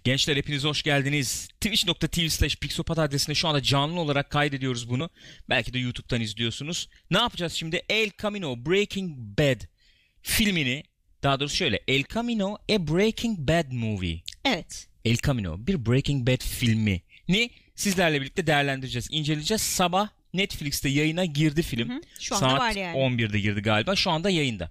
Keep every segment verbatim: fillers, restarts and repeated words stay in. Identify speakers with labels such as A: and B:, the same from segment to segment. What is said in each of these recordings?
A: Gençler hepiniz hoş geldiniz. Twitch nokta tv slash pixopat adresinde şu anda canlı olarak kaydediyoruz bunu. Belki de YouTube'dan izliyorsunuz. Ne yapacağız şimdi? El Camino Breaking Bad filmini, daha doğrusu şöyle, El Camino a Breaking Bad movie.
B: Evet.
A: El Camino bir Breaking Bad filmini sizlerle birlikte değerlendireceğiz, inceleyeceğiz. Sabah Netflix'te yayına girdi film. Hı hı.
B: Şu anda
A: Saat
B: var yani.
A: on birde girdi galiba. Şu anda yayında.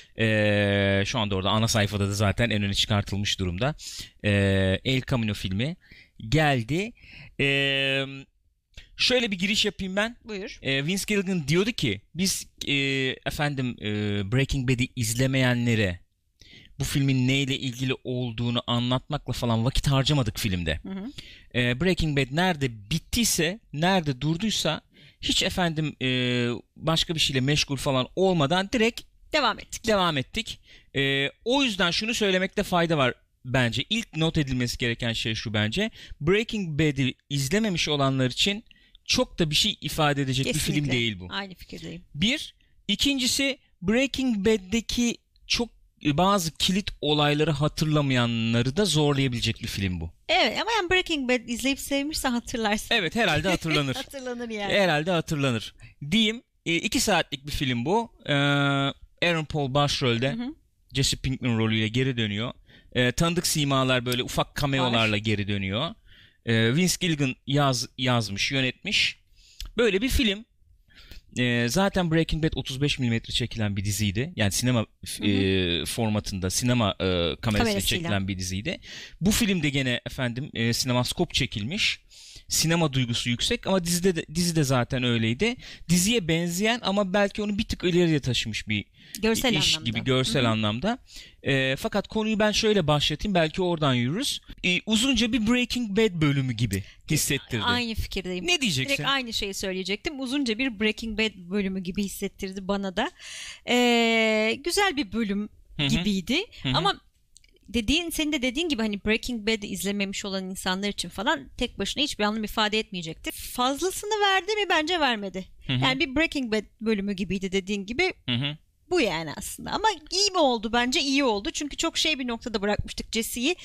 A: Ee, şu anda orada ana sayfada da zaten en öne çıkartılmış durumda. Ee, El Camino filmi geldi. Ee, şöyle bir giriş yapayım ben.
B: Buyur.
A: Ee, Vince Gilligan diyordu ki biz e, efendim e, Breaking Bad'i izlemeyenlere bu filmin neyle ilgili olduğunu anlatmakla falan vakit harcamadık filmde. Hı hı. Ee, Breaking Bad nerede bittiyse, nerede durduysa hiç efendim e, başka bir şeyle meşgul falan olmadan direkt
B: devam ettik.
A: Devam ettik. Ee, o yüzden şunu söylemekte fayda var bence. İlk not edilmesi gereken şey şu bence. Breaking Bad'i izlememiş olanlar için çok da bir şey ifade edecek
B: Kesinlikle.
A: Bir film değil bu.
B: Aynı fikirdeyim.
A: Bir. İkincisi, Breaking Bad'deki çok bazı kilit olayları hatırlamayanları da zorlayabilecek bir film bu.
B: Evet, ama yani Breaking Bad izleyip sevmişse hatırlarsın.
A: Evet, herhalde hatırlanır.
B: Hatırlanır yani.
A: Herhalde hatırlanır. Diyeyim. E, iki saatlik bir film bu. Ee, Aaron Paul başrolde. Hı hı. Jesse Pinkman rolüyle geri dönüyor. Ee, tanıdık simalar böyle ufak cameolarla geri dönüyor. Ee, Vince Gilligan yaz, yazmış, yönetmiş. Böyle bir film. Ee, zaten Breaking Bad otuz beş milimetre çekilen bir diziydi. Yani sinema hı hı. E, formatında, sinema e, kamerasıyla çekilen bir diziydi. Bu filmde gene efendim e, sinemaskop çekilmiş. Sinema duygusu yüksek ama dizide de, dizide zaten öyleydi. Diziye benzeyen ama belki onu bir tık ileriye taşımış bir
B: görsel
A: iş
B: anlamda.
A: gibi, görsel
B: Hı-hı.
A: anlamda. E, fakat konuyu ben şöyle başlatayım, belki oradan yürürüz. E, uzunca bir Breaking Bad bölümü gibi hissettirdi.
B: Aynı fikirdeyim.
A: Ne diyeceksin?
B: Direkt aynı şeyi söyleyecektim. Uzunca bir Breaking Bad bölümü gibi hissettirdi bana da. Ee, güzel bir bölüm Hı-hı. gibiydi. Hı-hı. Ama dediğin, senin de dediğin gibi hani Breaking Bad'i izlememiş olan insanlar için falan tek başına hiçbir anlam ifade etmeyecekti. Fazlasını verdi mi? Bence vermedi. Hı hı. Yani bir Breaking Bad bölümü gibiydi dediğin gibi. Hı hı. Bu yani aslında. Ama iyi mi oldu? Bence iyi oldu. Çünkü çok şey bir noktada bırakmıştık Jesse'yi.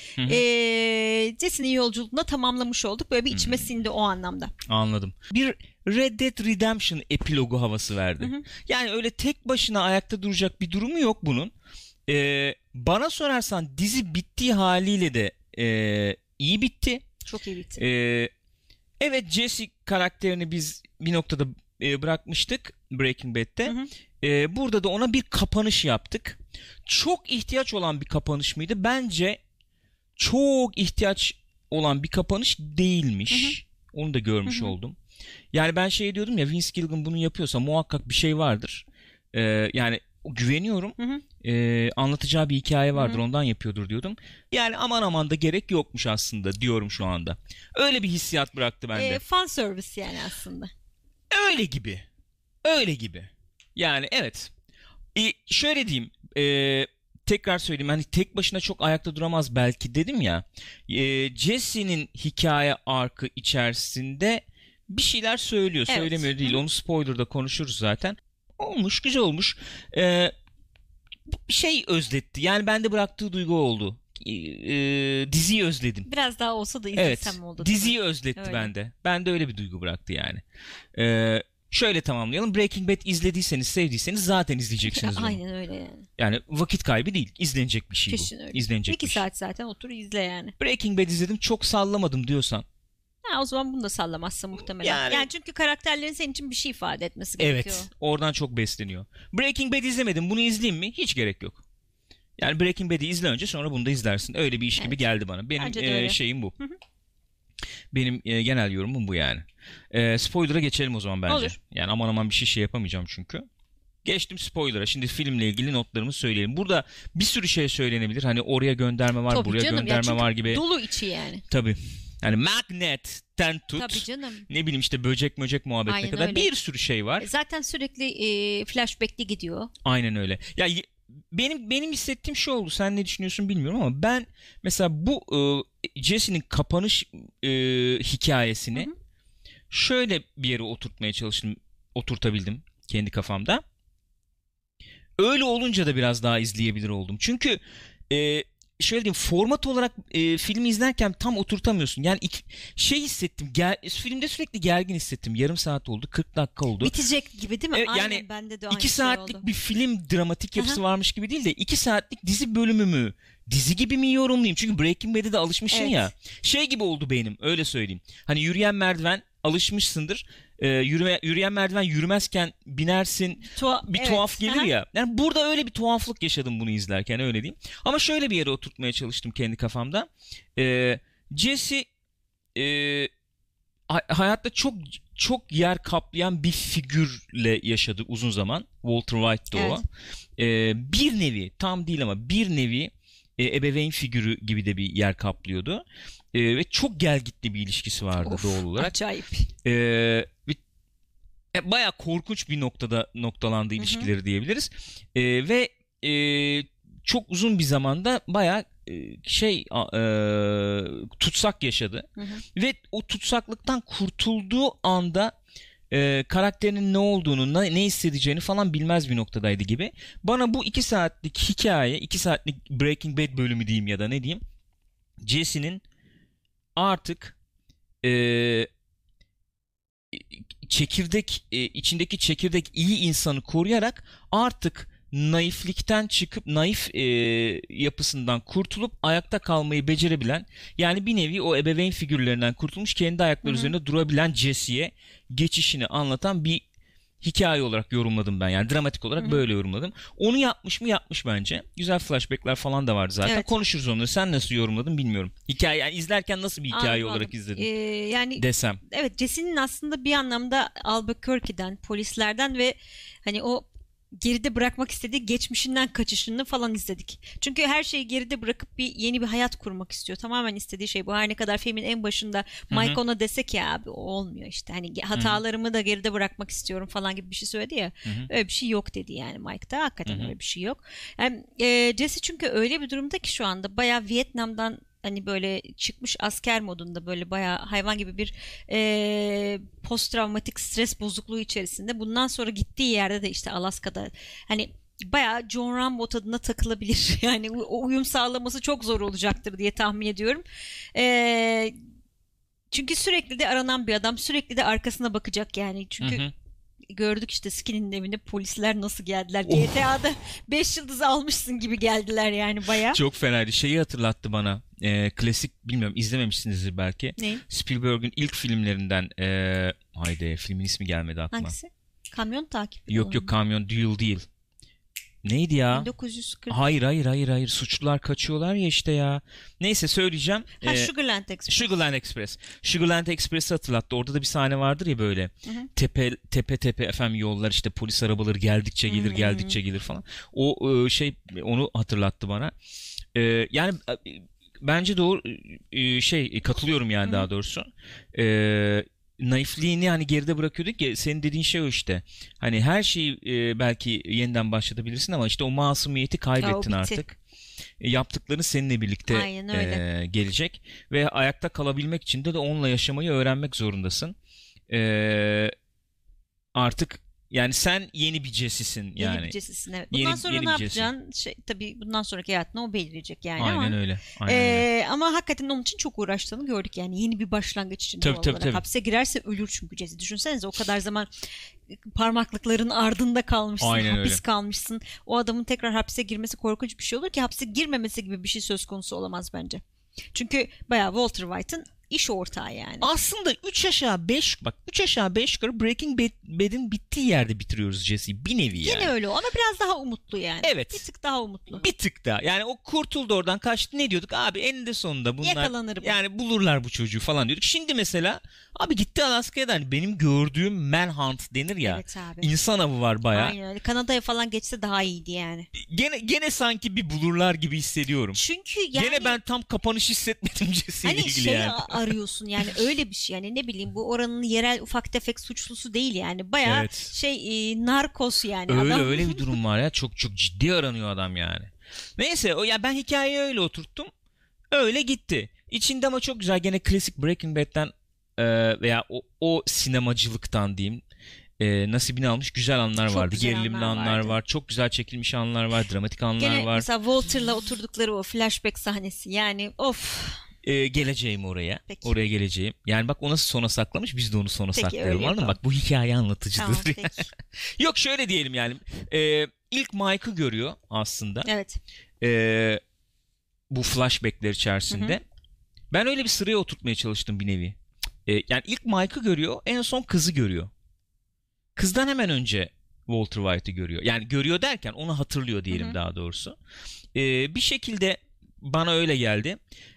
B: Ee, Jesse'nin yolculuğunu tamamlamış olduk. Böyle bir içime hı hı. sindi o anlamda.
A: Anladım. Bir Red Dead Redemption epilogu havası verdi. Hı hı. Yani öyle tek başına ayakta duracak bir durumu yok bunun. Ee, bana sorarsan dizi bittiği haliyle de e, iyi bitti.
B: Çok iyi bitti.
A: Ee, evet, Jesse karakterini biz bir noktada e, bırakmıştık Breaking Bad'de. Hı hı. Ee, burada da ona bir kapanış yaptık. Çok ihtiyaç olan bir kapanış mıydı? Bence çok ihtiyaç olan bir kapanış değilmiş. Hı hı. Onu da görmüş hı hı. oldum. Yani ben şey diyordum ya, Vince Gilligan bunu yapıyorsa muhakkak bir şey vardır. Ee, yani güveniyorum. Hı hı. Ee, anlatacağı bir hikaye vardır, hı hı. ondan yapıyordur diyordum. Yani aman aman da gerek yokmuş aslında diyorum şu anda. Öyle bir hissiyat bıraktı bende.
B: E, fan service yani aslında.
A: Öyle gibi. Öyle gibi. Yani evet. E, şöyle diyeyim. E, tekrar söyleyeyim. Hani tek başına çok ayakta duramaz belki dedim ya. E, Jesse'nin hikaye arkı içerisinde bir şeyler söylüyor. Evet. Söylemiyor değil. Hı. Onu spoiler'da konuşuruz zaten. Olmuş, güzel olmuş. Ee, şey özletti. Yani bende bıraktığı duygu oldu. Ee, diziyi özledim.
B: Biraz daha olsa da izlesem
A: evet,
B: oldu.
A: Diziyi özletti öyle. bende. Bende öyle bir duygu bıraktı yani. Ee, şöyle tamamlayalım. Breaking Bad izlediyseniz, sevdiyseniz zaten izleyeceksiniz onu.
B: Aynen öyle yani.
A: Yani vakit kaybı değil. İzlenecek bir şey
B: Kesin
A: bu.
B: Öyle.
A: İzlenecek
B: İki
A: bir şey.
B: saat zaten otur izle yani.
A: Breaking Bad izledim, çok sallamadım diyorsan.
B: Ha, o zaman bunu da sallamazsın muhtemelen. Yani, yani çünkü karakterlerin senin için bir şey ifade etmesi gerekiyor.
A: Evet, oradan çok besleniyor. Breaking Bad izlemedim, bunu izleyeyim mi? Hiç gerek yok. Yani Breaking Bad'i izle önce, sonra bunu da izlersin. Öyle bir iş evet. gibi geldi bana. Benim e, şeyim bu. Hı hı. Benim e, genel yorumum bu yani. E, spoiler'a geçelim o zaman bence.
B: Olur.
A: Yani aman aman bir şey şey yapamayacağım çünkü. Geçtim spoiler'a. Şimdi filmle ilgili notlarımızı söyleyelim. Burada bir sürü şey söylenebilir. Hani oraya gönderme var,
B: Tabii
A: buraya
B: canım.
A: gönderme
B: ya
A: var gibi.
B: Dolu içi yani.
A: Tabii. Yani magnetten tut.
B: Tabii canım.
A: Ne bileyim işte böcek möcek muhabbetine Aynen kadar öyle. Bir sürü şey var.
B: Zaten sürekli e, flashback'li gidiyor.
A: Aynen öyle. Ya benim benim hissettiğim şey oldu. Sen ne düşünüyorsun bilmiyorum ama ben mesela bu e, Jesse'nin kapanış e, hikayesini hı hı. şöyle bir yere oturtmaya çalıştım. Oturtabildim kendi kafamda. Öyle olunca da biraz daha izleyebilir oldum. Çünkü e, şöyle diyeyim, format olarak e, filmi izlerken tam oturtamıyorsun. Yani iki, şey hissettim. Ger, filmde sürekli gergin hissettim. Yarım saat oldu, kırk dakika oldu.
B: Bitecek gibi değil mi?
A: Evet,
B: Aynen,
A: yani
B: bende de aynı
A: iki
B: şey
A: saatlik
B: oldu.
A: bir film dramatik yapısı
B: Aha.
A: varmış gibi değil de iki saatlik dizi bölümü mü? Dizi gibi mi yorumlayayım? Çünkü Breaking Bad'e de alışmışsın
B: Evet.
A: ya. Şey gibi oldu benim, öyle söyleyeyim. Hani yürüyen merdiven alışmışsındır. Ee, yürüme, yürüyen merdiven yürümezken binersin.
B: Tuha-
A: Bir
B: evet.
A: tuhaf gelir
B: Aha.
A: ya. Yani burada öyle bir tuhaflık yaşadım bunu izlerken, öyle diyeyim. Ama şöyle bir yere oturtmaya çalıştım kendi kafamda. Ee, Jesse e, ha- hayatta çok çok yer kaplayan bir figürle yaşadı uzun zaman. Walter White'dı o.
B: Evet.
A: Ee, bir nevi, tam değil ama bir nevi e, ebeveyn figürü gibi de bir yer kaplıyordu. E, ve çok gelgitli bir ilişkisi vardı
B: Of,
A: doğal olarak.
B: acayip.
A: E, ve e, bayağı korkunç bir noktada noktalandı ilişkileri diyebiliriz. E, ve e, çok uzun bir zamanda bayağı e, şey a- e, tutsak yaşadı.
B: Hı hı.
A: Ve o tutsaklıktan kurtulduğu anda e, karakterinin ne olduğunu, ne, ne hissedeceğini falan bilmez bir noktadaydı gibi. Bana bu iki saatlik hikaye, iki saatlik Breaking Bad bölümü diyeyim ya da ne diyeyim, Jesse'nin artık e, çekirdek e, içindeki çekirdek iyi insanı koruyarak artık naiflikten çıkıp naif e, yapısından kurtulup ayakta kalmayı becerebilen, yani bir nevi o ebeveyn figürlerinden kurtulmuş, kendi ayakları
B: Hı hı.
A: üzerinde durabilen Jesse'ye geçişini anlatan bir hikaye olarak yorumladım ben. Yani dramatik olarak
B: Hı hı.
A: böyle yorumladım. Onu yapmış mı? Yapmış bence. Güzel flashbackler falan da var zaten.
B: Evet.
A: Konuşuruz onları. Sen nasıl yorumladın bilmiyorum. Hikaye, yani izlerken nasıl bir hikaye
B: Anladım,
A: olarak
B: anladım.
A: izledin
B: Ee, yani
A: desem.
B: evet, Jesse'nin aslında bir anlamda Albuquerque'den, polislerden ve hani o geride bırakmak istediği geçmişinden kaçışını falan izledik. Çünkü her şeyi geride bırakıp bir yeni bir hayat kurmak istiyor. Tamamen istediği şey bu. Her ne kadar filmin en başında Mike
A: Hı hı.
B: ona dese ki abi o olmuyor işte. Hani hatalarımı da geride bırakmak istiyorum falan gibi bir şey söyledi ya.
A: Hı hı.
B: Öyle bir şey yok dedi yani Mike'da. Hakikaten
A: Hı hı.
B: öyle bir şey yok. Yani, e, Jesse çünkü öyle bir durumda ki şu anda bayağı Vietnam'dan hani böyle çıkmış asker modunda, böyle bayağı hayvan gibi bir e, post travmatik stres bozukluğu içerisinde. Bundan sonra gittiği yerde de işte Alaska'da hani bayağı John Rambo tadına takılabilir. Yani o uyum sağlaması çok zor olacaktır diye tahmin ediyorum. E, çünkü sürekli de aranan bir adam, sürekli de arkasına bakacak yani. Çünkü
A: Hı hı.
B: gördük işte Skinny'nin evine polisler nasıl geldiler.
A: Of.
B: G T A'da beş yıldız almışsın gibi geldiler yani bayağı.
A: Çok fenaydı. Şeyi hatırlattı bana. Ee, klasik, bilmiyorum izlememişsinizdir belki.
B: Ne?
A: Spielberg'ün ilk filmlerinden. Ee, haydi filmin ismi gelmedi aklıma.
B: Hangisi? Kamyon takibi.
A: Yok yok, kamyon Duel değil. Neydi ya?
B: bin dokuz yüz kırk.
A: Hayır hayır hayır hayır. Suçlular kaçıyorlar ya işte ya. Neyse söyleyeceğim.
B: Ha,
A: Ee,
B: Sugarland Express.
A: Sugarland Express. Sugarland Express'i hatırlattı. Orada da bir sahne vardır ya böyle.
B: Hı hı.
A: Tepe tepe tepe efendim yollar, işte polis arabaları geldikçe gelir
B: Hı hı.
A: geldikçe gelir falan. O e, şey onu hatırlattı bana. E, yani e, bence doğru e, şey katılıyorum yani,
B: Hı hı.
A: daha doğrusu. E, naifliğini hani geride bırakıyorduk ya, senin dediğin şey o işte. Hani her şeyi e, belki yeniden başlatabilirsin ama işte o masumiyeti
B: Ya, o
A: kaybettin
B: bitti.
A: artık. E, yaptıkların seninle birlikte
B: Aynen öyle.
A: e, gelecek ve ayakta kalabilmek için de, de onunla yaşamayı öğrenmek zorundasın. E, artık yani sen yeni bir Jesse'sin yani.
B: Yeni bir Jesse'sin, evet. Bundan
A: Yeni-
B: sonra
A: yeni
B: ne
A: bir Jesse.
B: yapacaksın? Şey, tabii bundan sonraki hayatını o belirleyecek yani
A: Aynen
B: ama.
A: öyle. Aynen öyle.
B: Ee, ama hakikaten onun için çok uğraştığını gördük yani, yeni bir başlangıç için
A: Tabii,
B: doğal
A: tabii,
B: olarak.
A: tabii.
B: Hapse girerse ölür çünkü Jesse. Düşünsenize, o kadar zaman parmaklıkların ardında kalmışsın,
A: Aynen
B: hapis
A: öyle.
B: kalmışsın. O adamın tekrar hapse girmesi korkunç bir şey olur ki hapse girmemesi gibi bir şey söz konusu olamaz bence. Çünkü bayağı Walter White'ın iş ortağı yani.
A: Aslında üç aşağı beş, bak üç aşağı beş yukarı Breaking Bad- Bad'in bittiği yerde bitiriyoruz Jesse'yi. Bir nevi yani.
B: Yine öyle o ama biraz daha umutlu yani.
A: Evet.
B: Bir tık daha umutlu.
A: Bir tık daha. Yani o kurtuldu oradan, kaçtı. Ne diyorduk? Abi eninde sonunda bunlar
B: Yakalanır bu.
A: yani bulurlar bu çocuğu falan diyorduk. Şimdi mesela abi gitti Alaska'ya da, hani benim gördüğüm manhunt denir ya.
B: Evet abi.
A: İnsan avı var bayağı.
B: Aynen öyle. Kanada'ya falan geçse daha iyiydi yani.
A: Gene gene sanki bir bulurlar gibi hissediyorum.
B: Çünkü yani
A: Gene ben tam kapanış hissetmedim Jesse'yle
B: hani
A: ilgili
B: şey
A: yani.
B: arıyorsun yani, öyle bir şey yani, ne bileyim, bu oranın yerel ufak tefek suçlusu değil yani, bayağı
A: Evet.
B: şey e, narkos yani
A: Öyle
B: adam.
A: öyle bir durum var ya. Çok çok ciddi aranıyor adam yani. Neyse o ya, ben hikayeyi öyle oturttum. Öyle gitti. İçinde ama çok güzel, gene klasik Breaking Bad'den e, veya o, o sinemacılıktan diyeyim. e, nasibini almış güzel anlar
B: Çok
A: vardı.
B: güzel
A: Gerilimli
B: anlar
A: anlar
B: vardı.
A: var. Çok güzel çekilmiş anlar var. Dramatik anlar
B: Gene
A: var.
B: mesela Walter'la oturdukları o flashback sahnesi yani of.
A: Ee, geleceğim oraya.
B: Peki.
A: Oraya geleceğim. Yani bak o nasıl sona saklamış, biz de onu sona
B: Peki,
A: saklayalım.
B: öyle
A: Anladın mı?
B: yapalım.
A: Bak bu hikaye anlatıcıdır.
B: Tamam, peki.
A: Yok şöyle diyelim yani. Ee, ilk Mike'ı görüyor aslında.
B: Evet.
A: Ee, bu flashbackler içerisinde.
B: Hı hı.
A: Ben öyle bir sıraya oturtmaya çalıştım bir nevi. Ee, yani ilk Mike'ı görüyor, en son kızı görüyor. Kızdan hemen önce Walter White'ı görüyor. Yani görüyor derken onu hatırlıyor diyelim, hı hı, daha doğrusu. Ee, bir şekilde bana öyle geldi.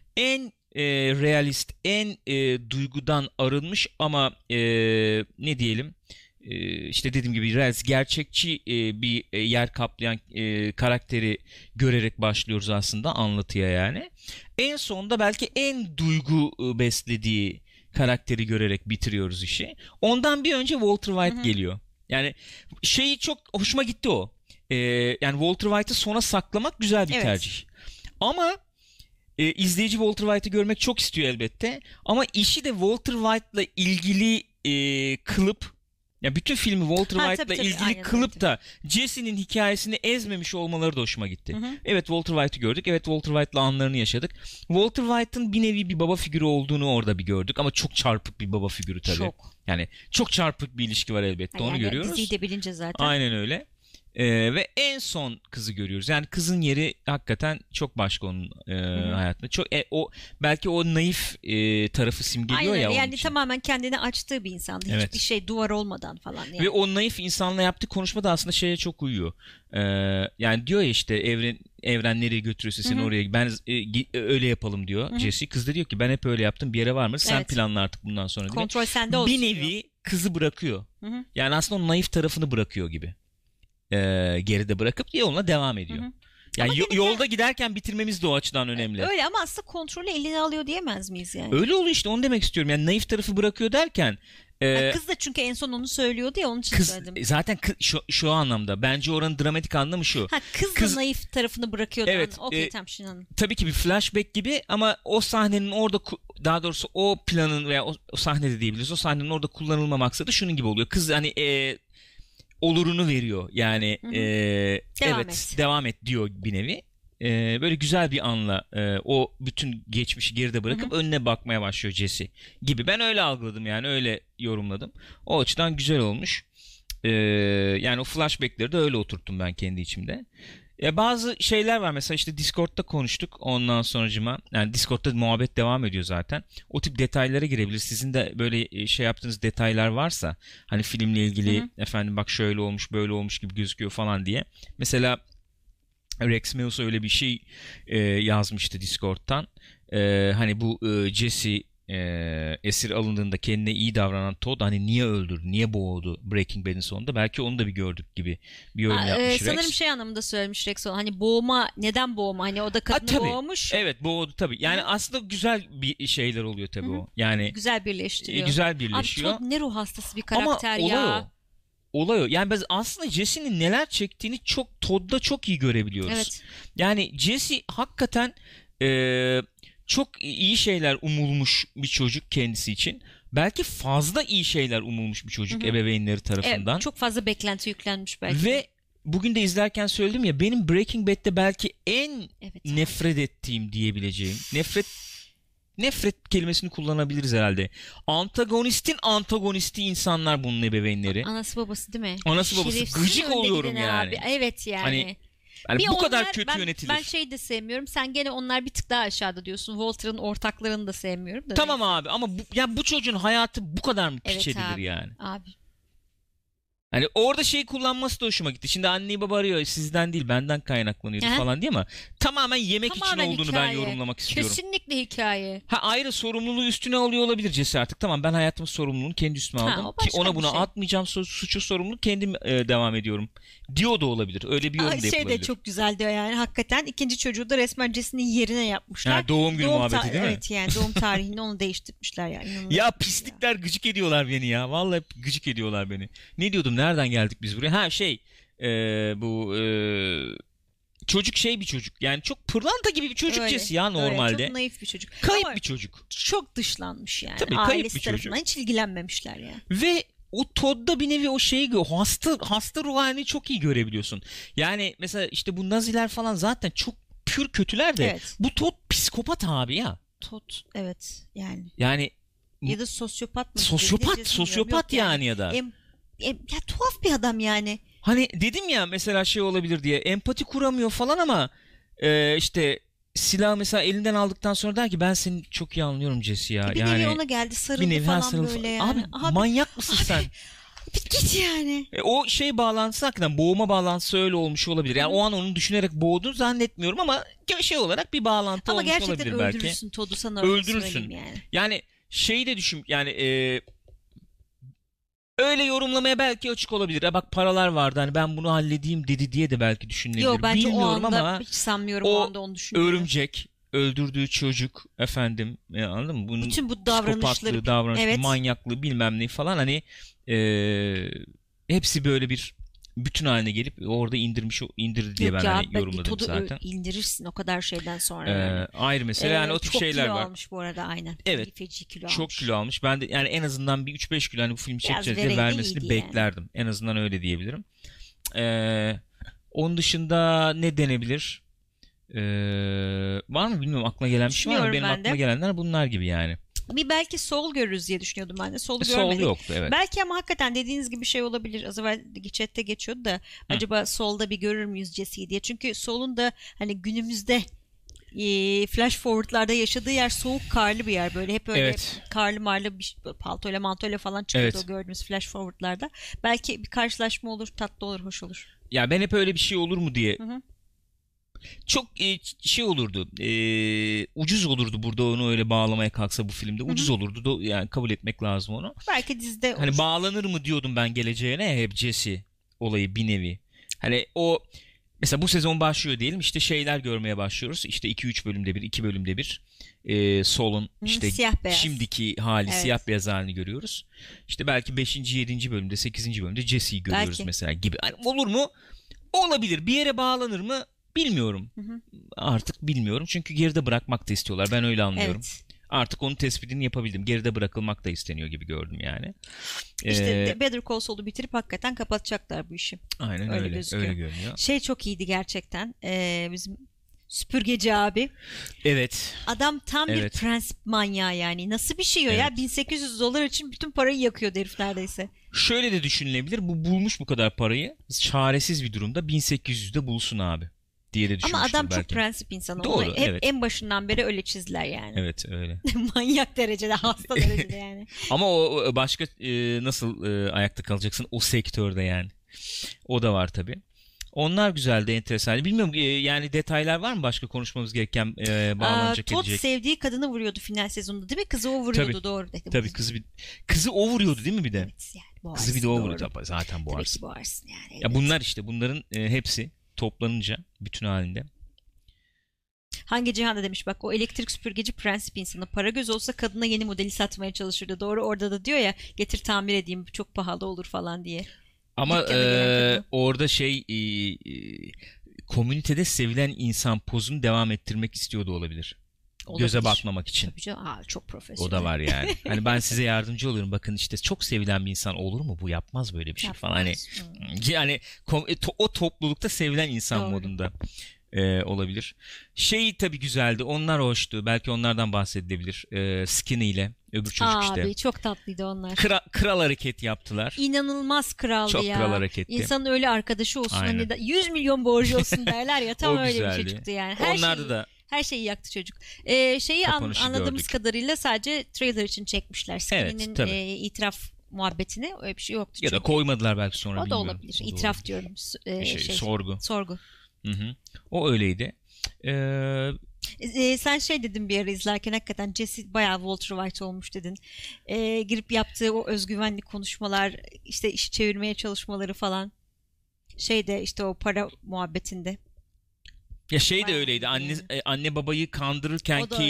A: En e, realist, en e, duygudan arınmış ama e, ne diyelim, e, işte dediğim gibi realist, gerçekçi e, bir e, yer kaplayan e, karakteri görerek başlıyoruz aslında anlatıya yani. En sonunda belki en duygu e, beslediği karakteri görerek bitiriyoruz işi. Ondan bir önce Walter White, hı hı, geliyor. Yani şeyi çok hoşuma gitti o. Ee, yani Walter White'ı sona saklamak güzel bir, evet, tercih. Ama e, izleyici Walter White'ı görmek çok istiyor elbette. Ama işi de Walter White'la ilgili e, kılıp, ya bütün filmi Walter
B: ha,
A: White'la
B: tabii, tabii,
A: ilgili
B: aynen,
A: kılıp
B: evet,
A: da Jesse'nin hikayesini ezmemiş olmaları da hoşuma gitti.
B: Hı hı.
A: Evet, Walter White'ı gördük. Evet, Walter White'la anlarını yaşadık. Walter White'ın bir nevi bir baba figürü olduğunu orada bir gördük. Ama çok çarpık bir baba figürü tabii. Çok. Yani çok çarpık bir ilişki var elbette. Yani onu görüyoruz.
B: Diziyi de bilince zaten.
A: Aynen öyle. Ee, ve en son kızı görüyoruz. Yani kızın yeri hakikaten çok başka onun e, hayatında. Çok e, o belki o naif e, tarafı simgeliyor. Aynen, ya.
B: Yani için tamamen kendini açtığı bir insandı.
A: Evet.
B: Hiçbir şey duvar olmadan falan. Yani.
A: Ve o naif insanla yaptığı konuşma da aslında şeye çok uyuyor. Ee, yani diyor ya işte evren evren nereye götürüyorsa seni, hı hı, oraya ben e, öyle yapalım diyor, hı hı, Jesse. Kız da diyor ki ben hep öyle yaptım, bir yere var mı? Sen, evet, planla artık bundan sonra diyor.
B: Kontrol sende olsun.
A: Bir nevi
B: diyor.
A: Kızı bırakıyor.
B: Hı hı.
A: Yani aslında o naif tarafını bırakıyor gibi. Ee, geride bırakıp yoluna devam ediyor. Hı hı. Yani yo- yolda giderken bitirmemiz de o açıdan önemli.
B: Öyle ama aslında kontrolü eline alıyor diyemez miyiz yani?
A: Öyle oluyor işte, onu demek istiyorum. Yani naif tarafı bırakıyor derken. E,
B: yani kız da çünkü en son onu söylüyordu ya, onun için
A: kız,
B: söyledim.
A: Zaten kız, şu, şu anlamda bence oranın dramatik anlamı şu.
B: Ha, kız, kız da naif tarafını bırakıyordu.
A: Evet.
B: Okey,
A: e,
B: tamam şimdi.
A: Tabii ki bir flashback gibi ama o sahnenin orada, daha doğrusu o planın veya o, o sahnede diyebiliriz. O sahnenin orada kullanılma maksadı şunun gibi oluyor. Kız hani e, olurunu veriyor. Yani
B: hı hı.
A: E,
B: devam
A: evet
B: et.
A: devam et diyor bir nevi. E, böyle güzel bir anla e, o bütün geçmişi geride bırakıp, hı hı, önüne bakmaya başlıyor Jesse gibi. Ben öyle algıladım yani, öyle yorumladım. O açıdan güzel olmuş. E, yani o flashbackleri de öyle oturttum ben kendi içimde. Ya bazı şeyler var mesela, işte Discord'da konuştuk ondan sonracıma. Yani Discord'da muhabbet devam ediyor zaten. O tip detaylara girebilir. Sizin de böyle şey yaptığınız detaylar varsa, hani filmle ilgili, hı hı, efendim bak şöyle olmuş böyle olmuş gibi gözüküyor falan diye. Mesela Rex Meus öyle bir şey e, yazmıştı Discord'tan. E, hani bu e, Jesse e, esir alındığında kendine iyi davranan Todd hani niye öldürdü, niye boğdu Breaking Bad'in sonunda? Belki onu da bir gördük gibi bir yorum
B: Aa,
A: yapmış
B: e,
A: Rex.
B: Sanırım şey anlamında söylemiş Rex. Hani boğma, neden boğma? Hani o da kadını
A: Aa,
B: boğmuş.
A: Evet, boğdu tabii. Yani, hı, aslında güzel bir şeyler oluyor tabii, hı-hı, o. Yani
B: güzel birleştiriyor.
A: E, güzel birleşiyor.
B: Abi Todd ne ruh hastası bir karakter.
A: Ama
B: ya.
A: Olay o. Olay o. Yani biz aslında Jesse'nin neler çektiğini çok Todd'da çok iyi görebiliyoruz.
B: Evet.
A: Yani Jesse hakikaten e, çok iyi şeyler umulmuş bir çocuk kendisi için. Belki fazla iyi şeyler umulmuş bir çocuk, hı hı, ebeveynleri tarafından.
B: Evet, çok fazla beklenti yüklenmiş belki.
A: Ve bugün de izlerken söyledim ya, benim Breaking Bad'de belki en, evet, nefret ettiğim diyebileceğim, nefret nefret kelimesini kullanabiliriz herhalde. Antagonistin antagonisti insanlar bunun ebeveynleri.
B: Anası babası değil mi?
A: Anası babası.
B: Şerefsiz
A: Gıcık oluyorum yani.
B: Abi. Evet yani.
A: Hani, yani bu
B: onlar,
A: kadar kötü
B: ben,
A: yönetilir.
B: Ben şeyi de sevmiyorum. Sen gene onlar bir tık daha aşağıda diyorsun. Walter'ın ortaklarını da sevmiyorum da.
A: Tamam
B: neyse.
A: abi ama bu, ya bu çocuğun hayatı bu kadar mı piç
B: evet
A: edilir
B: abi,
A: yani?
B: Abi.
A: Hani orada şeyi kullanması da hoşuma gitti. Şimdi anneyi baba arıyor, sizden değil benden kaynaklanıyordu
B: Aha.
A: falan diye, ama tamamen yemek
B: tamamen
A: için olduğunu
B: hikaye.
A: ben yorumlamak istiyorum.
B: Kesinlikle hikaye.
A: Ha, ayrı sorumluluğu üstüne alıyor olabilir Jesse artık. Tamam, ben hayatımın sorumluluğunu kendi üstüme
B: ha,
A: aldım. Ki ona buna
B: şey.
A: atmayacağım, suçu sorumluluğu kendim e, devam ediyorum diyor da olabilir. Öyle bir yorum
B: Aa,
A: da
B: şey
A: yapılabilir.
B: de çok güzel diyor yani. Hakikaten ikinci çocuğu da resmen Jesse'nin yerine yapmışlar.
A: Ha, doğum günü
B: doğum
A: muhabbeti
B: ta-
A: değil mi?
B: Evet yani doğum tarihini onu değiştirmişler yani.
A: Ya pislikler ya. Gıcık ediyorlar beni ya. Vallahi gıcık ediyorlar beni. Ne diyordum? Nereden geldik biz buraya? Ha şey e, bu e, çocuk şey bir çocuk. Yani çok pırlanta gibi bir çocuk Jesse ya normalde.
B: Öyle, çok naif bir çocuk.
A: Kayıp
B: ama
A: bir çocuk.
B: çok dışlanmış yani.
A: Tabii, kayıp
B: ailesi
A: bir çocuk.
B: Hiç ilgilenmemişler yani.
A: Ve o Todd'da bir nevi o şeyi gö hasta hasta ruh halini çok iyi görebiliyorsun. Yani mesela işte bu Naziler falan zaten çok pür kötüler de
B: Evet.
A: bu Todd psikopat abi ya.
B: Todd evet yani.
A: Yani
B: Ya da sosyopat mı?
A: Sosyopat, sosyopat yani, yani ya da.
B: Em, em, ya tuhaf bir adam yani.
A: Hani dedim ya mesela şey olabilir diye, empati kuramıyor falan ama e, işte silah mesela elinden aldıktan sonra der ki ben seni çok iyi anlıyorum Jesse ya.
B: Bir
A: yani,
B: nevi ona geldi, sarıldı
A: nevi
B: falan
A: sarıldı.
B: böyle yani.
A: Abi, abi manyak mısın abi, sen?
B: Bir git yani.
A: E, o şey bağlantısı hakikaten, boğma bağlantısı öyle olmuş olabilir. Yani Hı. o an onu düşünerek boğduğunu zannetmiyorum ama şey olarak bir bağlantı
B: ama
A: olmuş olabilir belki.
B: Ama gerçekten öldürürsün Todd'u, sana öldürürsün yani.
A: Yani şeyi de düşün yani e, öyle yorumlamaya belki açık olabilir. Ya bak paralar vardı hani ben bunu halledeyim dedi diye de belki düşünülebilir.
B: Yok bence
A: bilmiyorum
B: o anda
A: ama
B: hiç sanmıyorum o, o anda onu düşünüyor.
A: Örümcek, öldürdüğü çocuk efendim ya anladın mı? Bunun
B: bütün bu davranışları,
A: davranışları
B: evet.
A: manyaklığı bilmem ne falan hani e, hepsi böyle bir bütün haline gelip orada indirmiş indirdi diye Yok ben ya, hani yorumladım zaten.
B: indirirsin o kadar şeyden sonra.
A: Ee,
B: yani.
A: Ayrı mesele ee, yani o tip şeyler var.
B: Çok kilo almış bu arada aynen.
A: Evet.
B: Feci kilo
A: çok
B: almış.
A: kilo almış. Ben de yani en azından bir üç beş kilo hani bu film çekeceğiz diye vermesini beklerdim. Yani. En azından öyle diyebilirim. Ee, onun dışında ne denebilir? Ee, var mı bilmiyorum, aklına gelen bir şey var mı? Benim aklıma de. gelenler bunlar gibi yani.
B: Bir belki Soul görürüz diye düşünüyordum ben de. Soul'u
A: Soul
B: görmedik.
A: yoktu evet.
B: Belki ama hakikaten dediğiniz gibi şey olabilir. Az evvel chatte geçiyordu da Hı. acaba Soul'da bir görür müyüz Jesse'yi diye. Çünkü Soul'un da hani günümüzde e, flash forward'larda yaşadığı yer soğuk, karlı bir yer. Böyle hep öyle evet. karlı marlı bir paltoyla mantoyla falan çıkıyordu evet. o gördüğümüz flash forward'larda. Belki bir karşılaşma olur, tatlı olur, hoş olur.
A: Ya ben hep öyle bir şey olur mu diye. Hı hı. Çok e, şey olurdu, e, ucuz olurdu burada onu öyle bağlamaya kalksa bu filmde. Ucuz Hı-hı. olurdu, do, yani kabul etmek lazım onu.
B: Belki dizide
A: hani olur. Bağlanır mı diyordum ben geleceğine hep Jesse olayı bir nevi. Hani o mesela bu sezon başlıyor diyelim, işte şeyler görmeye başlıyoruz. İşte iki üç bölümde bir, iki bölümde bir e, Saul'un işte şimdiki hali, evet. siyah beyaz halini görüyoruz. İşte belki beşinci yedinci bölümde, sekizinci bölümde Jesse'yi görüyoruz belki. Mesela gibi. Yani olur mu? Olabilir. Bir yere bağlanır mı? Bilmiyorum. Hı hı. Artık bilmiyorum. Çünkü geride bırakmak da istiyorlar. Ben öyle anlıyorum. Evet. Artık onun tespitini yapabildim. Geride bırakılmak da isteniyor gibi gördüm yani.
B: İşte ee, Better Call Saul'u bitirip hakikaten kapatacaklar bu işi.
A: Aynen öyle. Öyle, öyle görünüyor.
B: Şey çok iyiydi gerçekten. Ee, bizim süpürgeci abi.
A: Evet.
B: Adam tam evet. bir prensip manyağı yani. Nasıl bir şey o evet. ya? bin sekiz yüz dolar için bütün parayı yakıyor herif neredeyse.
A: Şöyle de düşünülebilir. Bu bulmuş bu kadar parayı. Çaresiz bir durumda bin sekiz yüzde bulsun abi diye de düşünmüştür belki.
B: Ama adam belki. Çok prensip insanı.
A: Doğru,
B: Onu hep
A: evet.
B: en başından beri öyle çizdiler yani.
A: Evet öyle.
B: Manyak derecede, hasta derecede yani.
A: Ama o başka e, nasıl e, ayakta kalacaksın o sektörde yani. O da var tabii. Onlar güzeldi, enteresan. Bilmiyorum yani detaylar var mı başka konuşmamız gereken e, bağlanacak
B: Todd
A: edecek?
B: sevdiği kadını vuruyordu final sezonunda değil mi? Kızı o vuruyordu tabii, doğru. Dedim.
A: Tabii kızı bir, kızı o vuruyordu değil mi bir de?
B: Evet yani.
A: Kızı bir de o vuruyordu zaten boğarsın.
B: Tabii boğarsın yani. Evet.
A: Ya bunlar işte bunların e, hepsi toplanınca bütün halinde.
B: Hangi cihanda demiş bak, o elektrik süpürgeci prensip insanı, para göz olsa kadına yeni modeli satmaya çalışırdı. Doğru, orada da diyor ya getir tamir edeyim çok pahalı olur falan diye.
A: Ama e, orada şey e, e, komünitede sevilen insan pozunu devam ettirmek istiyordu olabilir. Olabilir. Göze batmamak için.
B: Tabii canım. Aa, çok profesyonel.
A: O da var yani. Hani ben size yardımcı oluyorum. Bakın işte çok sevilen bir insan olur mu? Bu yapmaz böyle bir şey yapmaz. Falan. Hani hmm. yani to, o toplulukta sevilen insan Doğru. modunda e, olabilir. Şey tabii güzeldi. Onlar hoştu. Belki onlardan bahsedilebilir. E, Skinny ile öbür çocuk
B: Abi,
A: işte.
B: Abi çok tatlıydı onlar.
A: Kra, kral hareket yaptılar.
B: İnanılmaz kraldı
A: çok
B: ya.
A: Çok kral hareketti.
B: İnsanın öyle arkadaşı olsun. Aynen. Hani yüz milyon borcu olsun derler ya. Tam öyle bir şey çıktı yani. Her
A: Onlarda
B: şeyi,
A: da
B: her şeyi yaktı çocuk. Ee, şeyi an, anladığımız gördük. kadarıyla sadece trailer için çekmişler. Skinny'nin evet, e, itiraf muhabbetini. Öyle bir şey yoktu.
A: Ya çünkü. Da koymadılar belki sonra.
B: O
A: bilmiyorum.
B: da olabilir.
A: O da
B: İtiraf
A: olabilir.
B: diyorum.
A: Ee, şey, şey, sorgu.
B: Sorgu.
A: Hı hı. O öyleydi. Eee
B: Ee, sen şey dedin bir ara izlerken, hakikaten Jesse bayağı Walter White olmuş dedin. Ee, girip yaptığı o özgüvenli konuşmalar, işte işi çevirmeye çalışmaları falan. Şeyde işte o para muhabbetinde.
A: Ya şey de öyleydi. Anne yani. anne babayı kandırırken ki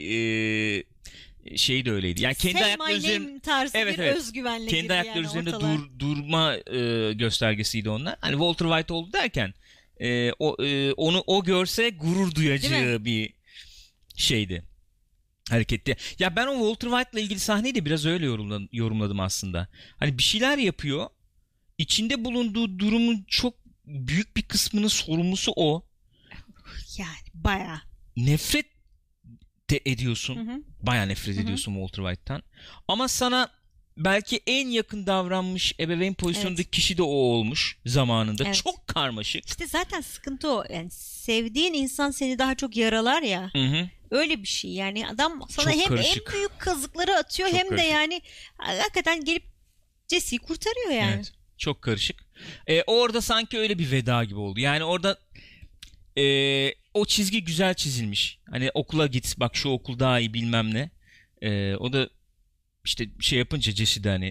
A: e, şey de öyleydi. Yani kendi
B: Say
A: ayakları üzerinde
B: tarzı evet, bir evet. özgüvenle
A: kendi ayakları
B: yani
A: üzerinde
B: ortalar.
A: dur, durma e, göstergesiydi onlar. Hani Walter White oldu derken e, o e, onu o görse gurur duyacağı bir şeydi. Hareketli. Ya ben o Walter White'la ilgili sahneyi de biraz öyle yorumladım, yorumladım aslında. Hani bir şeyler yapıyor. İçinde bulunduğu durumun çok büyük bir kısmının sorumlusu o.
B: Yani bayağı.
A: Nefret de ediyorsun.
B: Hı hı.
A: Bayağı nefret
B: Hı hı.
A: ediyorsun Walter White'tan. Ama sana belki en yakın davranmış ebeveyn pozisyondaki
B: Evet.
A: kişi de o olmuş zamanında.
B: Evet.
A: Çok karmaşık.
B: İşte zaten sıkıntı o. Yani sevdiğin insan seni daha çok yaralar ya.
A: Hı hı.
B: Öyle bir şey. Yani adam sana
A: Çok
B: hem
A: karışık.
B: en büyük kazıkları atıyor
A: Çok
B: hem
A: karışık.
B: de yani hakikaten gelip Jesse'yi kurtarıyor yani.
A: Evet. Çok karışık. Ee, orada sanki öyle bir veda gibi oldu. Yani orada e, o çizgi güzel çizilmiş. Hani okula git, bak şu okul daha iyi bilmem ne. Ee, o da işte şey yapınca Jesse de hani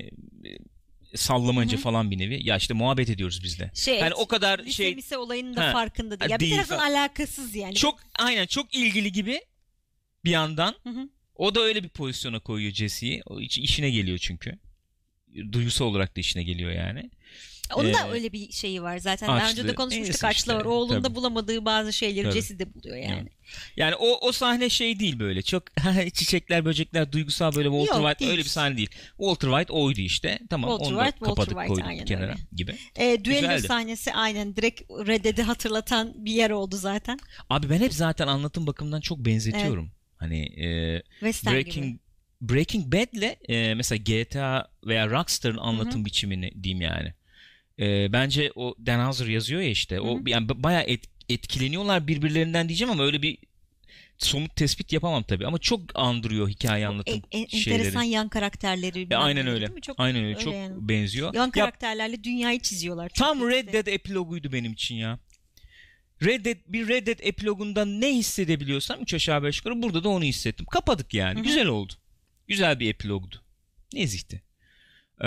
A: e, sallamanca
B: Hı hı.
A: falan bir nevi. Ya işte muhabbet ediyoruz biz de.
B: Şey,
A: Yani o kadar
B: lise
A: şey
B: mise olayının da
A: Ha,
B: farkında değil.
A: ha,
B: Ya bir
A: değil
B: taraftan
A: falan.
B: alakasız yani.
A: çok aynen çok ilgili gibi bir yandan.
B: Hı hı.
A: O da öyle bir pozisyona koyuyor Jesse'yi. O iş- işine geliyor çünkü. Duygusal olarak da işine geliyor yani.
B: Onun da
A: Ee,
B: öyle bir şeyi var zaten. Daha önce de
A: açlı,
B: konuşmuştuk,
A: neyse
B: açlı
A: işte,
B: var. Oğlunda
A: tabii.
B: bulamadığı bazı şeyleri
A: Tabii.
B: Jesse de buluyor yani.
A: Yani o o sahne şey değil böyle. Çok çiçekler, böcekler, duygusal böyle Walter
B: Yok,
A: White
B: değil.
A: öyle bir sahne değil. Walter White oydu işte. Tamam,
B: Walter
A: onu da
B: White, Walter
A: kapadık,
B: White,
A: koyduk
B: aynen
A: bir kenara
B: öyle.
A: gibi.
B: E, düello
A: Güzeldi.
B: sahnesi aynen direkt Red Dead'i hatırlatan bir yer oldu zaten.
A: Abi ben hep zaten anlatım bakımından çok benzetiyorum. Hani e,
B: Western
A: Breaking
B: gibi.
A: Breaking Bad'le e, mesela G T A veya Rockstar'ın anlatım
B: Hı hı.
A: biçimini diyeyim yani. E, bence o Dan Houser yazıyor ya işte. O
B: Hı hı.
A: yani bayağı et, etkileniyorlar birbirlerinden diyeceğim ama öyle bir somut tespit yapamam tabii. Ama çok andırıyor hikaye anlatım
B: E, e,
A: şeyleri.
B: enteresan yan karakterleri.
A: E,
B: bilmem
A: aynen
B: neleri
A: öyle.
B: değil mi? Çok
A: Aynen öyle.
B: öyle
A: Çok
B: yani.
A: benziyor.
B: Yan
A: Ya,
B: karakterlerle dünyayı çiziyorlar. Çok
A: tam
B: iyi
A: Red
B: işte.
A: Dead epiloguydu benim için ya. Red Dead, bir Red Dead epilogunda ne hissedebiliyorsam üç aşağı beş yukarı burada da onu hissettim. Kapadık yani.
B: Hı hı.
A: Güzel oldu. Güzel bir epilogdu. Nezihti. Ee,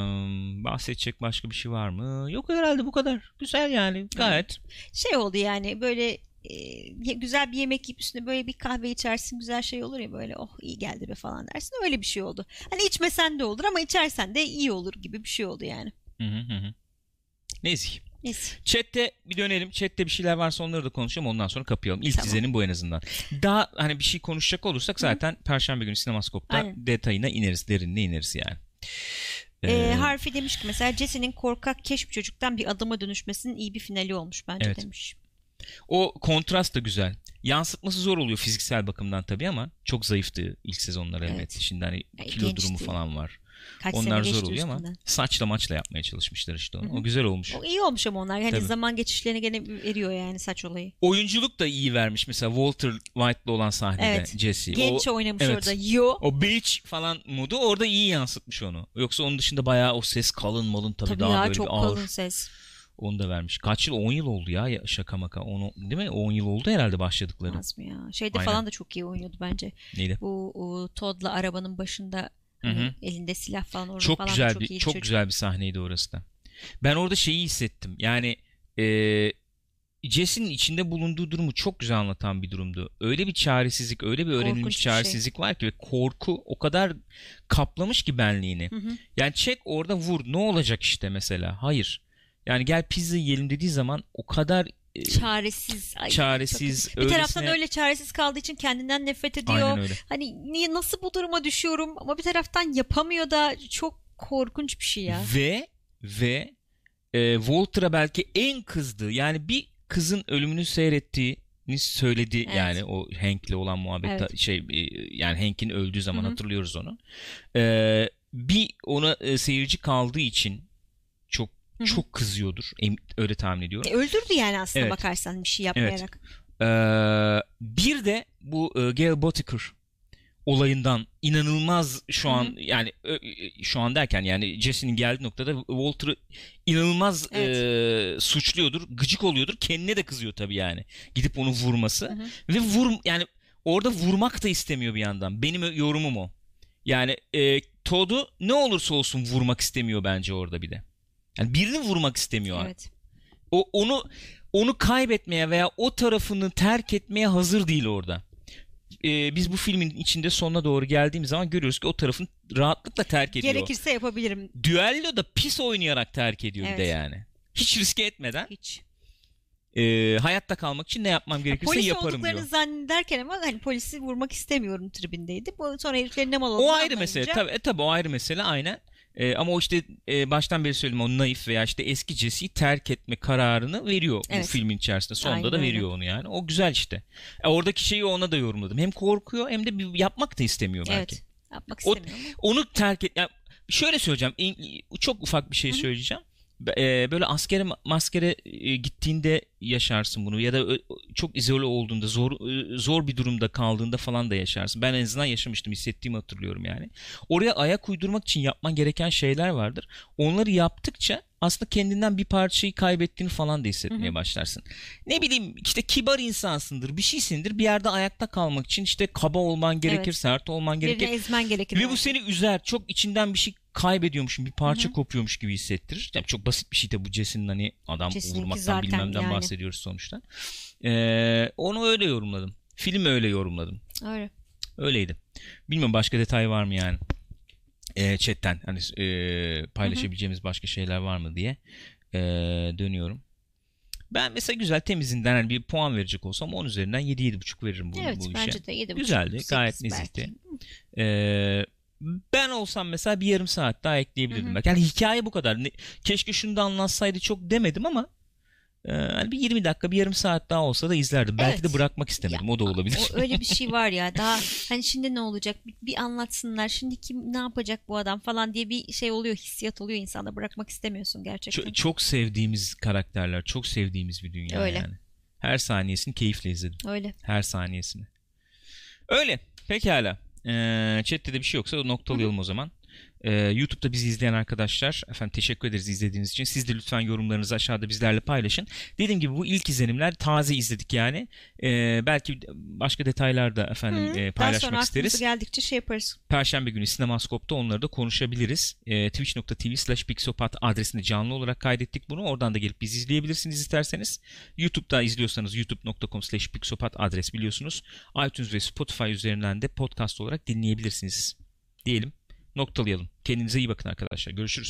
A: bahsedecek başka bir şey var mı? Yok herhalde, bu kadar. Güzel yani. Gayet.
B: Şey oldu yani böyle e, güzel bir yemek yiyip üstüne böyle bir kahve içersin, güzel şey olur ya, böyle oh iyi geldi be falan dersin, öyle bir şey oldu. Hani içmesen de olur ama içersen de iyi olur gibi bir şey oldu yani.
A: Hı hı hı. Nezih.
B: Neyse.
A: Chat'te bir dönelim. Chat'te bir şeyler varsa onları da konuşalım. Ondan sonra kapayalım. İlk
B: Tamam.
A: izlenim bu en azından. Daha hani bir şey konuşacak olursak zaten Hı. Perşembe günü Sinemaskop'ta
B: Aynen.
A: detayına ineriz. Derinliğe ineriz yani.
B: Ee,
A: Ee,
B: Harfi demiş ki mesela Jesse'nin korkak keşif çocuktan bir adama dönüşmesinin iyi bir finali olmuş bence
A: Evet.
B: demiş.
A: O kontrast da güzel. Yansıtması zor oluyor fiziksel bakımdan tabii ama çok zayıftı ilk sezonlar elbette.
B: Evet.
A: Şimdi hani
B: Ya,
A: kilo
B: gençti.
A: durumu falan var.
B: Kaç
A: Onlar
B: sene
A: zor
B: geçti
A: oluyor ama
B: üstünden.
A: saçla maçla yapmaya çalışmışlar işte onu.
B: Hı hı.
A: O güzel olmuş.
B: O iyi olmuş ama onlar. Hani
A: Tabii.
B: zaman geçişlerini gene veriyor yani saç olayı.
A: Oyunculuk da iyi vermiş mesela Walter White'la olan sahnede
B: Evet.
A: Jesse.
B: Genç
A: o,
B: oynamış
A: evet.
B: orada. Yo.
A: O beach falan modu orada iyi yansıtmış onu. Yoksa onun dışında bayağı o ses kalın malın tabii,
B: Tabii
A: daha
B: ya,
A: böyle
B: çok
A: bir ağır.
B: kalın ses.
A: Onu da vermiş. Kaç yıl? on yıl oldu ya, ya şaka maka. Onu, değil mi? on yıl oldu herhalde başladıkları.
B: Olmaz mı ya? Şeyde
A: Aynen.
B: falan da çok iyi oynuyordu bence.
A: Neydi?
B: Bu o, Todd'la arabanın başında
A: Hı hı.
B: hani elinde silah falan, orada
A: Çok
B: falan da
A: güzel
B: çok
A: bir
B: iyi
A: çok
B: çocuk.
A: güzel bir sahneydi orası da. Ben orada şeyi hissettim. Yani e, Jesse'nin içinde bulunduğu durumu çok güzel anlatan bir durumdu. Öyle bir çaresizlik, öyle bir öğrenilmiş
B: Korkunç bir
A: çaresizlik var ki ve korku o kadar kaplamış ki benliğini.
B: Hı hı.
A: Yani çek orada vur, ne olacak işte mesela. Hayır. Yani gel pizza yiyelim dediği zaman o kadar e,
B: Çaresiz. Ay,
A: çaresiz.
B: çok- Bir taraftan
A: öylesine-
B: öyle çaresiz kaldığı için kendinden nefret ediyor.
A: Aynen öyle.
B: Hani niye, nasıl bu duruma düşüyorum, ama bir taraftan yapamıyor da, çok korkunç bir şey ya.
A: Ve ve e, Walter'a belki en kızdığı, yani bir kızın ölümünü seyrettiğini söyledi
B: Evet.
A: yani o Hank'le olan muhabbette
B: Evet.
A: şey e, yani Hank'in öldüğü zaman
B: Hı hı.
A: hatırlıyoruz onu. E, bir ona e, seyirci kaldığı için çok
B: Hı hı.
A: çok kızıyordur. Em- öyle tahmin ediyorum.
B: E, öldürdü yani aslında
A: Evet.
B: bakarsan bir şey yapmayarak.
A: E, bir de bu e, Gail Botiker olayından inanılmaz şu an,
B: Hı hı.
A: yani ö- şu an derken yani Jesse'nin geldiği noktada Walter'ı inanılmaz
B: Evet.
A: e, suçluyordur, gıcık oluyordur, kendine de kızıyor tabii yani gidip onu vurması.
B: Hı hı.
A: Ve vur, yani orada vurmak da istemiyor bir yandan, benim yorumum o yani. e, Todd'u ne olursa olsun vurmak istemiyor bence orada bir de, yani birini vurmak istemiyor.
B: Evet.
A: O onu onu kaybetmeye veya o tarafını terk etmeye hazır değil orada. Ee, biz bu filmin içinde sonuna doğru geldiğimiz zaman görüyoruz ki o tarafını rahatlıkla terk ediyor.
B: Gerekirse yapabilirim.
A: Düello da pis oynayarak terk ediyor bir de
B: Evet.
A: yani. Hiç riske etmeden.
B: Hiç.
A: e, hayatta kalmak için ne yapmam gerekirse
B: polis
A: yaparım diyor.
B: Polis olduklarını zannederken ama hani polisi vurmak istemiyorum tribindeydi. Bu sonra heriflerin ne mal olduğunu
A: O ayrı
B: anlayınca...
A: mesele. Tabii, e, tabii o ayrı mesele aynen. E, ama o işte e, baştan beri söyledim, o naif veya işte eski Jesse'yi terk etme kararını veriyor
B: evet.
A: bu filmin içerisinde. Sonunda
B: aynen
A: da
B: öyle.
A: veriyor onu yani. O güzel işte. E, oradaki şeyi ona da yorumladım. Hem korkuyor hem de bir, yapmak da istemiyor belki.
B: Evet. Yapmak
A: O,
B: istemiyor mu?
A: onu terk et. Yani şöyle söyleyeceğim. Çok ufak bir şey
B: Hı-hı.
A: söyleyeceğim. Böyle askere maskere gittiğinde yaşarsın bunu ya da çok izole olduğunda, zor zor bir durumda kaldığında falan da yaşarsın. Ben en azından yaşamıştım, hissettiğimi hatırlıyorum yani. Oraya ayak uydurmak için yapman gereken şeyler vardır. Onları yaptıkça aslında kendinden bir parçayı kaybettiğini falan da hissetmeye Hı-hı. başlarsın. Ne bileyim işte kibar insansındır, bir şeysindir. Bir yerde ayakta kalmak için işte kaba olman gerekir, evet. sert olman gerekir.
B: Birini ezmen gerekir.
A: Ve bu seni üzer. Çok içinden bir şey kaybediyormuşum, bir parça Hı-hı. kopuyormuş gibi hissettirir. Yani çok basit bir şey de bu Jesse'nin hani adam Kesinlikle vurmaktan bilmemden yani. bahsediyoruz sonuçta. Ee, onu öyle yorumladım. Filmi öyle yorumladım.
B: Öyle.
A: Öyleydi. Bilmiyorum başka detay var mı yani? E, chatten hani e, paylaşabileceğimiz Hı-hı. başka şeyler var mı diye e, dönüyorum. Ben mesela güzel, temizinden hani bir puan verecek olsam on üzerinden yedi yedi buçuk veririm bu,
B: evet,
A: bu işe.
B: bence de yedi buçuk.
A: Güzeldi, gayet nezihti. Eee Ben olsam mesela bir yarım saat daha ekleyebilirdim. Hı hı. Yani hikaye bu kadar. Ne, keşke şunu da anlatsaydı çok demedim ama e, hani bir yirmi dakika, bir yarım saat daha olsa da izlerdim. Evet. Belki de bırakmak istemedim. Ya, o da olabilir.
B: O, öyle bir şey var ya. Daha hani şimdi ne olacak? Bir, bir anlatsınlar. Şimdi kim ne yapacak bu adam falan diye bir şey oluyor. Hissiyat oluyor insanda. Bırakmak istemiyorsun gerçekten.
A: Çok, çok sevdiğimiz karakterler. Çok sevdiğimiz bir dünya öyle. Yani. Her saniyesini keyifle izledim.
B: Öyle.
A: Her saniyesini. Öyle. Pekala. Ee, chat'te de bir şey yoksa noktalayalım Hı-hı. o zaman. Ee, YouTube'da bizi izleyen arkadaşlar, efendim teşekkür ederiz izlediğiniz için. Siz de lütfen yorumlarınızı aşağıda bizlerle paylaşın. Dediğim gibi bu ilk izlenimler, taze izledik yani. Ee, belki başka detaylar da efendim e, paylaşmak isteriz.
B: Daha sonra geldikçe şey yaparız.
A: Perşembe günü Sinemaskop'ta onları da konuşabiliriz. Ee, twitch.tv slash pixopat adresinde canlı olarak kaydettik bunu. Oradan da gelip bizi izleyebilirsiniz isterseniz. YouTube'da izliyorsanız youtube nokta com slash pixopat adres biliyorsunuz. iTunes ve Spotify üzerinden de podcast olarak dinleyebilirsiniz diyelim. Noktalayalım. Kendinize iyi bakın arkadaşlar. Görüşürüz.